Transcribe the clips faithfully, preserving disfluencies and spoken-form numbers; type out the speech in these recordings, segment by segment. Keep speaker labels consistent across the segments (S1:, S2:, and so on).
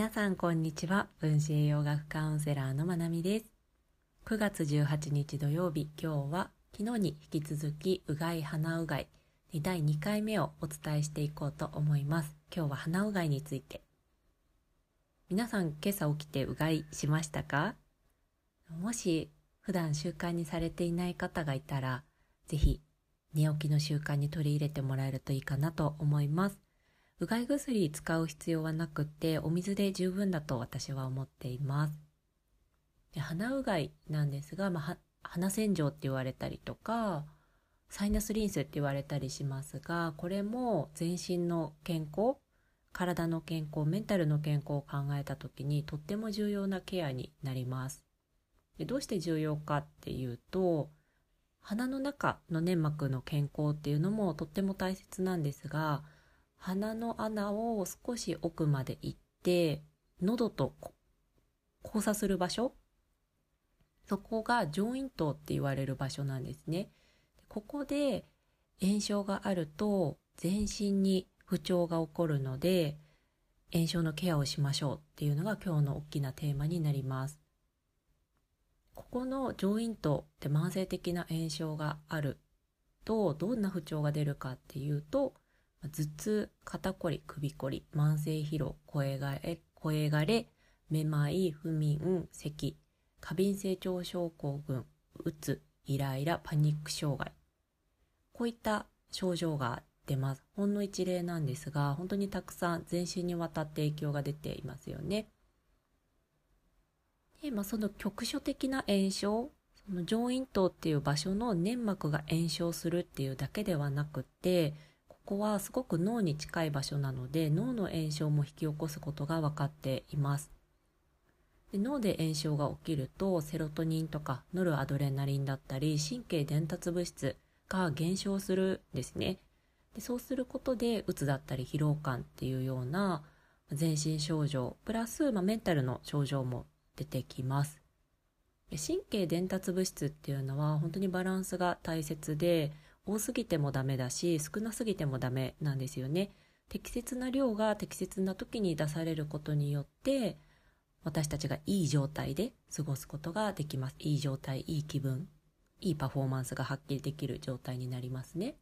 S1: 皆さんこんにちは。分子栄養学カウンセラーのまなみです。くがつじゅうはちにち土曜日、今日は昨日に引き続きうがい鼻うがいだいにかいめをお伝えしていこうと思います。今日は鼻うがいについて。皆さん今朝起きてうがいしましたか？もし普段習慣にされていない方がいたら、ぜひ寝起きの習慣に取り入れてもらえるといいかなと思います。うがい薬使う必要はなくて、お水で十分だと私は思っています。で、鼻うがいなんですが、まあ、鼻洗浄って言われたりとか、サイナスリンスって言われたりしますが、これも全身の健康、体の健康、メンタルの健康を考えた時にとっても重要なケアになります。で、どうして重要かっていうと、鼻の中の粘膜の健康っていうのもとっても大切なんですが、鼻の穴を少し奥まで行って、喉と交差する場所、そこが上咽頭って言われる場所なんですね。ここで炎症があると全身に不調が起こるので、炎症のケアをしましょうっていうのが今日の大きなテーマになります。ここの上咽頭って慢性的な炎症があるとどんな不調が出るかっていうと、頭痛、肩こり、首こり、慢性疲労、声がれ、声がれ、めまい、不眠、咳、過敏性腸症候群、うつ、イライラ、パニック障害。こういった症状が出ます。ほんの一例なんですが、本当にたくさん全身にわたって影響が出ていますよね。で、まあ、その局所的な炎症、その上咽頭っていう場所の粘膜が炎症するっていうだけではなくて、ここはすごく脳に近い場所なので、脳の炎症も引き起こすことが分かっています。で、脳で炎症が起きると、セロトニンとかノルアドレナリンだったり、神経伝達物質が減少するんですね。で、そうすることで、うつだったり疲労感っていうような全身症状、プラス、まあ、メンタルの症状も出てきます。で、神経伝達物質っていうのは本当にバランスが大切で、多すぎてもダメだし、少なすぎてもダメなんですよね。適切な量が適切な時に出されることによって、私たちがいい状態で過ごすことができます。いい状態、いい気分、いいパフォーマンスが発揮できる状態になりますね。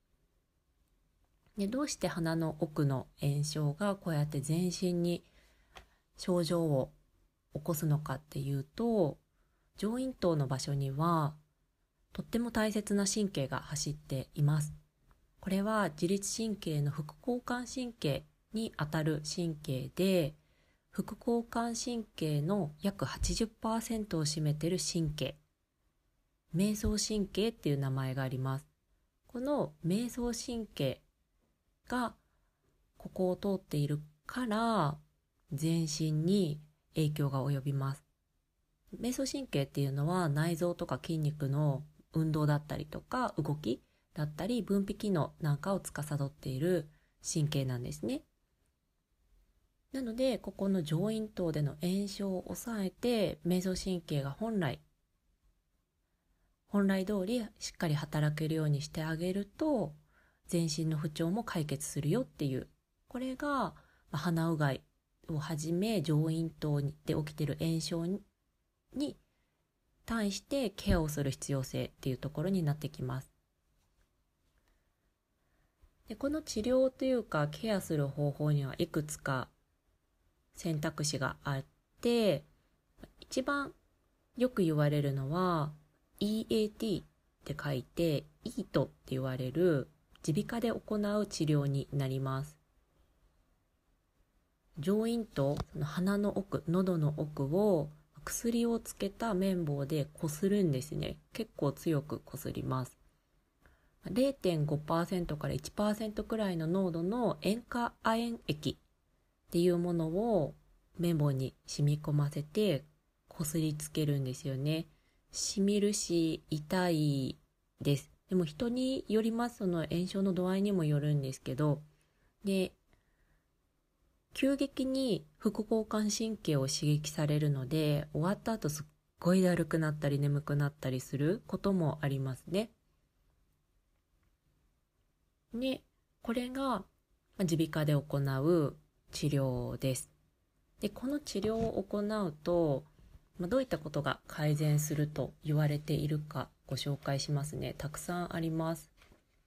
S1: で、どうして鼻の奥の炎症がこうやって全身に症状を起こすのかっていうと、上咽頭の場所にはとっても大切な神経が走っています。これは自律神経の副交感神経にあたる神経で、副交感神経の約 はちじゅっパーセント を占めている神経、迷走神経っていう名前があります。この迷走神経がここを通っているから全身に影響が及びます。迷走神経っていうのは内臓とか筋肉の運動だったりとか動きだったり分泌機能なんかを司っている神経なんですね。なのでここの上咽頭での炎症を抑えて、迷走神経が本来本来通りしっかり働けるようにしてあげると、全身の不調も解決するよっていう、これが、まあ、鼻うがいをはじめ上咽頭で起きている炎症にに対してケアをする必要性っていうところになってきます。で、この治療というかケアする方法にはいくつか選択肢があって、一番よく言われるのは イーエーティー って書いて イート って言われる耳鼻科で行う治療になります。上咽頭、その鼻の奥、喉の奥を薬をつけた綿棒でこするんですね。結構強くこすります。れいてんごパーセント から いちパーセント くらいの濃度の塩化亜鉛液っていうものを綿棒に染み込ませてこすりつけるんですよね。染みるし痛いです。でも人によります。その炎症の度合いにもよるんですけど、で、急激に副交感神経を刺激されるので、終わった後すっごいだるくなったり眠くなったりすることもありますね。で、これが耳鼻科で行う治療です。 で、この治療を行うと、まあ、どういったことが改善すると言われているかご紹介しますね。たくさんあります。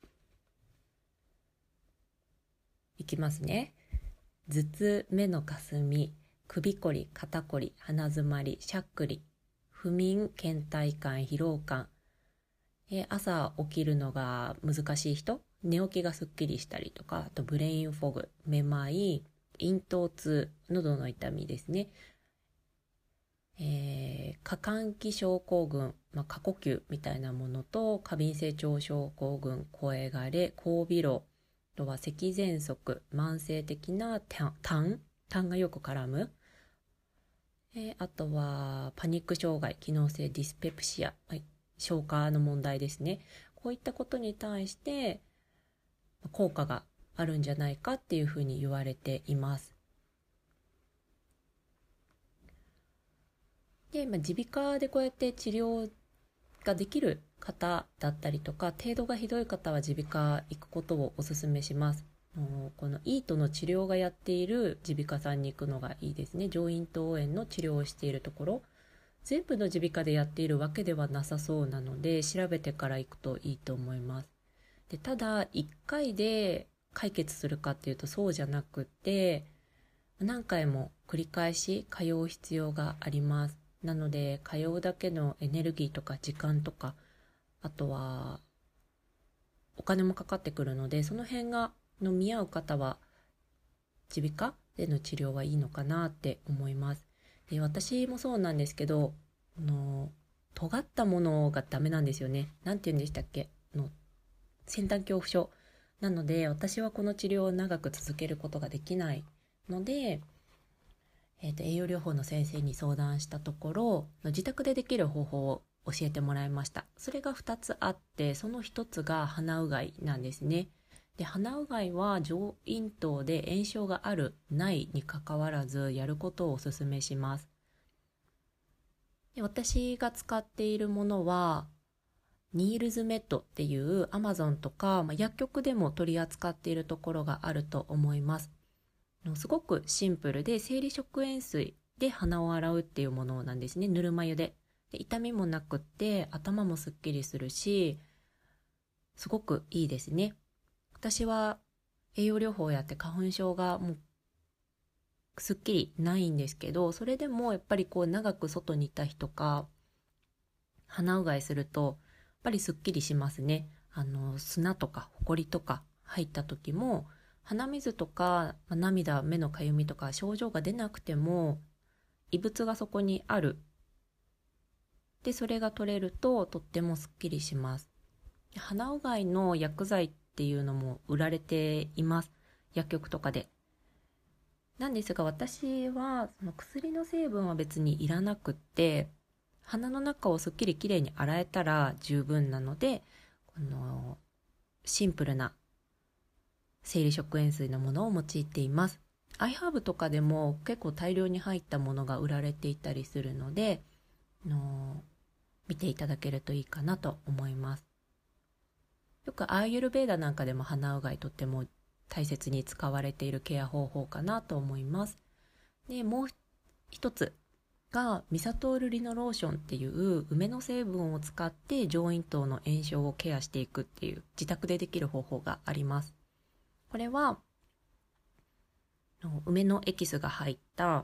S1: いきますね。頭痛、目のかすみ、首こり、肩こり、鼻づまり、しゃっくり、不眠、倦怠感、疲労感、え朝起きるのが難しい人、寝起きがすっきりしたりとか、あとブレインフォグ、めまい、咽頭痛、喉の痛みですね。えー、過換気症候群、まあ、過呼吸みたいなものと、過敏性腸症候群、声枯れ、高鼻漏、あとは咳喘息、慢性的な痰、痰がよく絡む。えー、あとはパニック障害、機能性ディスペプシア、はい、消化の問題ですね。こういったことに対して効果があるんじゃないかっていうふうに言われています。で、まあ、耳鼻科でこうやって治療ができる方だったりとか、程度がひどい方は耳鼻科行くことをお勧めします。このイートの治療がやっている耳鼻科さんに行くのがいいですね。上咽頭炎の治療をしているところ、全部の耳鼻科でやっているわけではなさそうなので、調べてから行くといいと思います。で、ただいっかいで解決するかっていうとそうじゃなくて、何回も繰り返し通う必要があります。なので通うだけのエネルギーとか時間とか、あとはお金もかかってくるので、その辺がの見合う方は耳鼻科での治療はいいのかなって思います。で、私もそうなんですけど、あの尖ったものがダメなんですよね。なんて言うんでしたっけ、の先端恐怖症なので、私はこの治療を長く続けることができないので、えーと、栄養療法の先生に相談したところ、自宅でできる方法を教えてもらいました。それがふたつあって、そのひとつが鼻うがいなんですね。で、鼻うがいは上咽頭で炎症があるないにかかわらずやることをお勧めします。で、私が使っているものはニールズメットっていうアマゾンとか、まあ、薬局でも取り扱っているところがあると思います。すごくシンプルで、生理食塩水で鼻を洗うっていうものなんですね。ぬるま湯で。で、痛みもなくって頭もすっきりするし、すごくいいですね。私は栄養療法をやって花粉症がもうすっきりないんですけど、それでもやっぱりこう長く外にいた日とか鼻うがいするとやっぱりすっきりしますね。あの砂とかホコリとか入った時も、鼻水とか涙、目のかゆみとか症状が出なくても異物がそこにある。で、それが取れるととってもすっきりします。鼻うがいの薬剤っていうのも売られています。薬局とかで。なんですが、私はその薬の成分は別にいらなくって、鼻の中をすっきりきれいに洗えたら十分なので、このシンプルな生理食塩水のものを用いています。アイハーブとかでも結構大量に入ったものが売られていたりするので、あの見ていただけるといいかなと思います。よくアーユルベーダなんかでも鼻うがいとっても大切に使われているケア方法かなと思います。で、もう一つがミサトールリノローションっていう梅の成分を使って上咽頭の炎症をケアしていくっていう自宅でできる方法があります。これは梅のエキスが入った、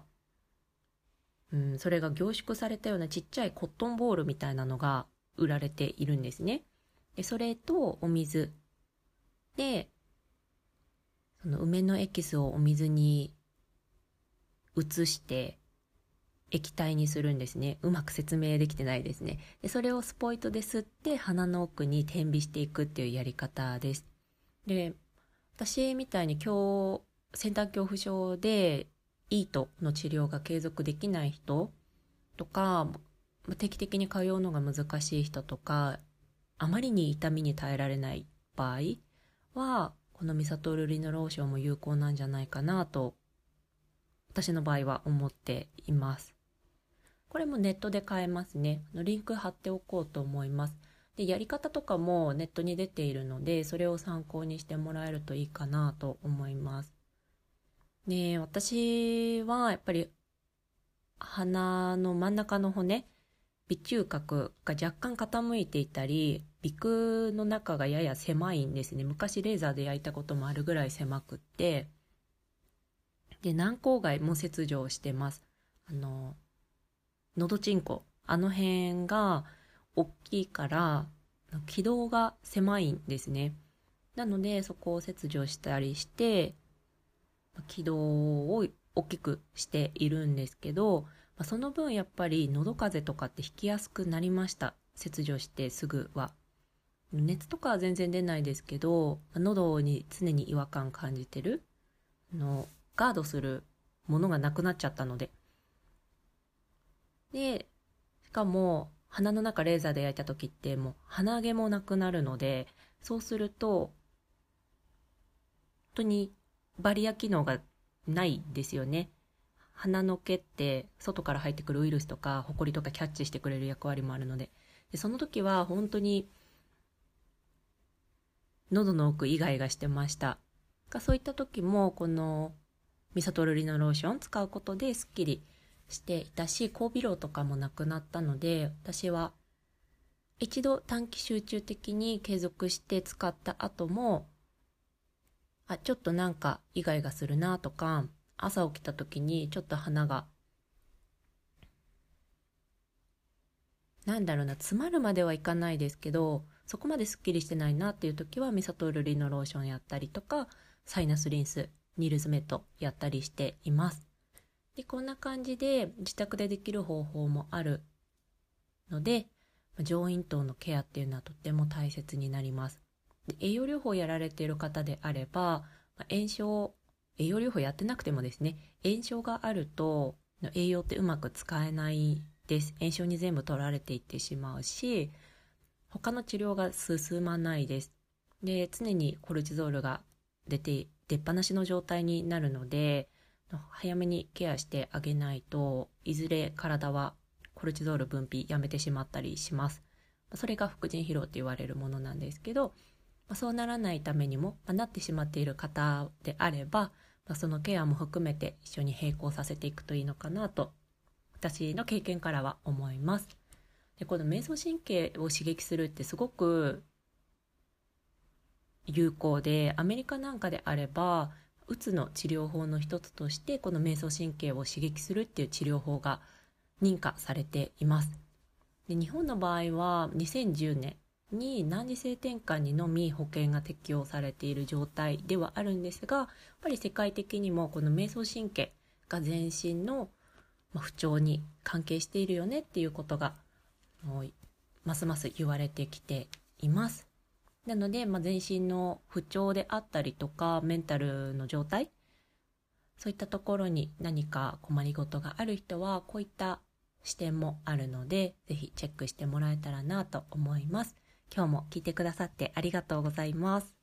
S1: うん、それが凝縮されたようなちっちゃいコットンボールみたいなのが売られているんですね。で、それとお水で、その梅のエキスをお水に移して液体にするんですね。うまく説明できてないですね。で、それをスポイトで吸って鼻の奥に点鼻していくっていうやり方です。で、私みたいに今日先端恐怖症でイートの治療が継続できない人とか、定期的に通うのが難しい人とか、あまりに痛みに耐えられない場合は、このミサトールリノローションも有効なんじゃないかなと、私の場合は思っています。これもネットで買えますね。リンク貼っておこうと思います。で、やり方とかもネットに出ているので、それを参考にしてもらえるといいかなと思います。ねえ、私はやっぱり鼻の真ん中の骨、鼻中隔が若干傾いていたり、鼻腔の中がやや狭いんですね。昔レーザーで焼いたこともあるぐらい狭くって、で、軟口蓋も切除してます。あの、のどちんこ、あの辺が大きいから、気道が狭いんですね。なので、そこを切除したりして、気道を大きくしているんですけど、その分やっぱり喉風邪とかってひきやすくなりました。切除してすぐは。熱とかは全然出ないですけど、喉に常に違和感感じてるのガードするものがなくなっちゃったので。で、しかも鼻の中レーザーで焼いた時ってもう鼻毛もなくなるので、そうすると本当にバリア機能がないですよね。鼻の毛って外から入ってくるウイルスとかホコリとかキャッチしてくれる役割もあるので、でその時は本当に喉の奥イガイガしてました。そういった時もこのミサトルリノローション使うことでスッキリしていたし、後鼻漏とかもなくなったので、私は一度短期集中的に継続して使った後も、あ、ちょっとなんかイガイガするなとか、朝起きた時にちょっと鼻がなんだろうな、詰まるまではいかないですけど、そこまですっきりしてないなっていう時はミサトルリノローションやったりとか、サイナスリンス、ニルズメットやったりしています。で、こんな感じで自宅でできる方法もあるので、上咽頭のケアっていうのはとっても大切になります。で、栄養療法やられている方であれば、炎症、栄養療法やってなくてもですね、炎症があると栄養ってうまく使えないです。炎症に全部取られていってしまうし、他の治療が進まないです。で、常にコルチゾールが出て、出っ放しの状態になるので、早めにケアしてあげないといずれ体はコルチゾール分泌やめてしまったりします。それが副腎疲労と言われるものなんですけど、そうならないためにも、なってしまっている方であれば、そのケアも含めて一緒に並行させていくといいのかなと私の経験からは思います。で、この迷走神経を刺激するってすごく有効で、アメリカなんかであればうつの治療法の一つとしてこの迷走神経を刺激するっていう治療法が認可されています。で、日本の場合はにせんじゅうねんに難治性転換にのみ保険が適用されている状態ではあるんですが、やっぱり世界的にもこの迷走神経が全身の不調に関係しているよねっていうことがますます言われてきています。なので、まあ、全身の不調であったりとかメンタルの状態、そういったところに何か困りごとがある人はこういった視点もあるので、ぜひチェックしてもらえたらなと思います。今日も聞いてくださってありがとうございます。